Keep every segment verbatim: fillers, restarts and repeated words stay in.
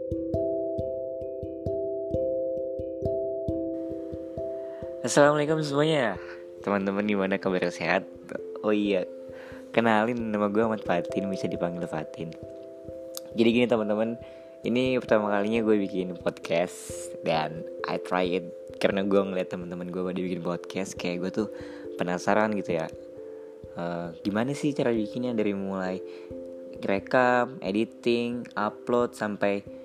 Assalamualaikum semuanya, teman-teman, gimana kabar, sehat? Oh iya, kenalin, nama gue Ahmad Fatin, bisa dipanggil Fatin. Jadi gini teman-teman, ini pertama kalinya gue bikin podcast dan I try it karena gue ngeliat teman-teman gue pada bikin podcast, kayak gue tuh penasaran gitu ya. Uh, gimana sih cara bikinnya, dari mulai rekam, editing, upload sampai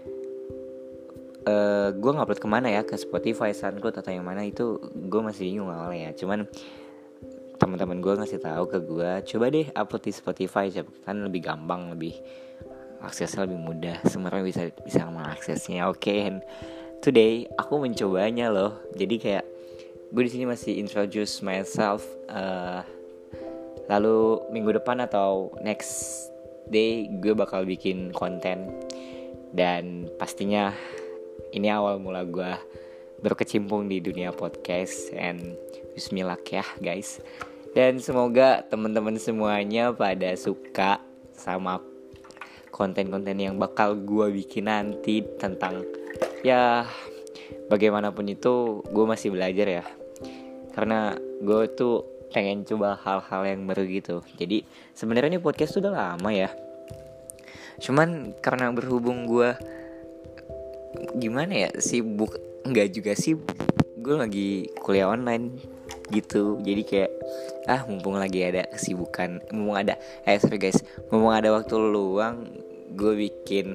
Uh, gue ngupload kemana ya, ke Spotify, SoundCloud atau yang mana, itu gue masih bingung awalnya ya. Cuman teman-teman gue ngasih tahu ke gue, coba deh upload di Spotify, kan lebih gampang, lebih aksesnya lebih mudah, semua orang bisa bisa mengaksesnya. Oke, okay. And today aku mencobanya loh. Jadi kayak gue di sini masih introduce myself. Uh, lalu minggu depan atau next day gue bakal bikin konten, dan pastinya ini awal mula gue berkecimpung di dunia podcast. And bismillah ya guys. Dan semoga teman-teman semuanya pada suka sama konten-konten yang bakal gue bikin nanti. Tentang ya bagaimanapun itu, gue masih belajar ya, karena gue tuh pengen coba hal-hal yang baru gitu. Jadi sebenarnya ini podcast sudah lama ya, cuman karena berhubung gue gimana ya, sibuk, enggak juga sih, gue lagi kuliah online gitu. Jadi kayak ah mumpung lagi ada kesibukan, mumpung ada eh sorry guys mumpung ada waktu luang, gue bikin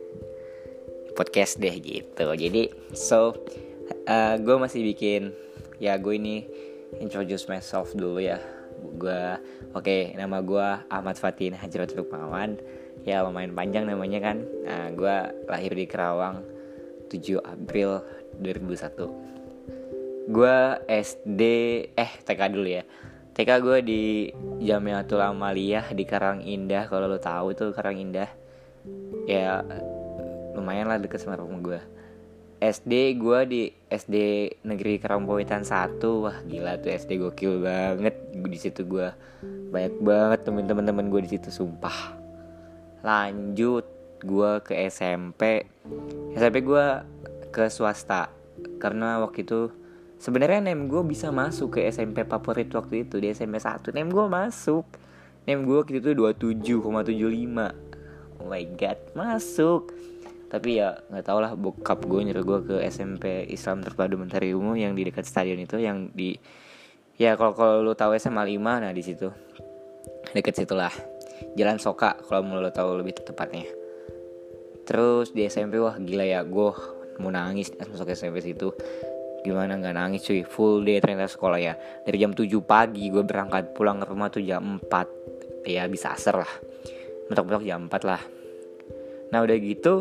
podcast deh gitu. Jadi so uh, gue masih bikin ya, gue ini introduce myself dulu ya. Gue oke okay, nama gue Ahmad Fatin Hajratul Pawan. Ya lumayan panjang namanya kan. Nah, gue lahir di Kerawang tujuh April dua ribu satu. Gue S D Eh T K dulu ya. T K gue di Jamiatul Amaliyah di Karang Indah. Kalau lo tahu itu Karang Indah, ya lumayan lah deket sama rumah gue. S D gue di S D Negeri Karangpawitan satu. Wah gila tuh S D, gokil banget. Di situ gue banyak banget temen-temen gue di situ, sumpah. Lanjut gue ke S M P. S M P gue ke swasta karena waktu itu sebenarnya name gue bisa masuk ke S M P favorit waktu itu. Di S M P satu name gue masuk. Name gue waktu itu dua puluh tujuh koma tujuh lima. Oh my god, masuk. Tapi ya nggak tau lah, bokap gue nyuruh gue ke S M P Islam Terpadu Mentari Ilmu yang di dekat stadion itu, yang di ya kalau kalau lo tahu S M A lima, nah di situ dekat situlah, Jalan Soka kalau mau lo tahu lebih tepatnya. Terus di S M P wah gila ya, gue mau nangis masuk S M P situ. Gimana nggak nangis cuy, full day ternyata sekolah ya. Dari jam tujuh pagi gue berangkat, pulang ke rumah tuh jam empat. Ya bisa asar lah, mentok-mentok jam empat lah. Nah udah gitu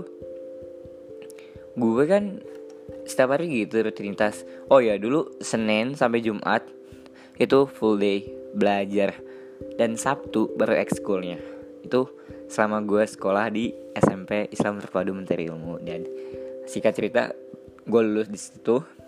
gue kan setiap hari gitu rutinitas. Oh ya, dulu Senin sampai Jumat itu full day belajar, dan Sabtu baru ekskulnya. Itu selama gue sekolah di S M P Islam Terpadu Mentari Ilmu. Dan singkat cerita, gue lulus di situ.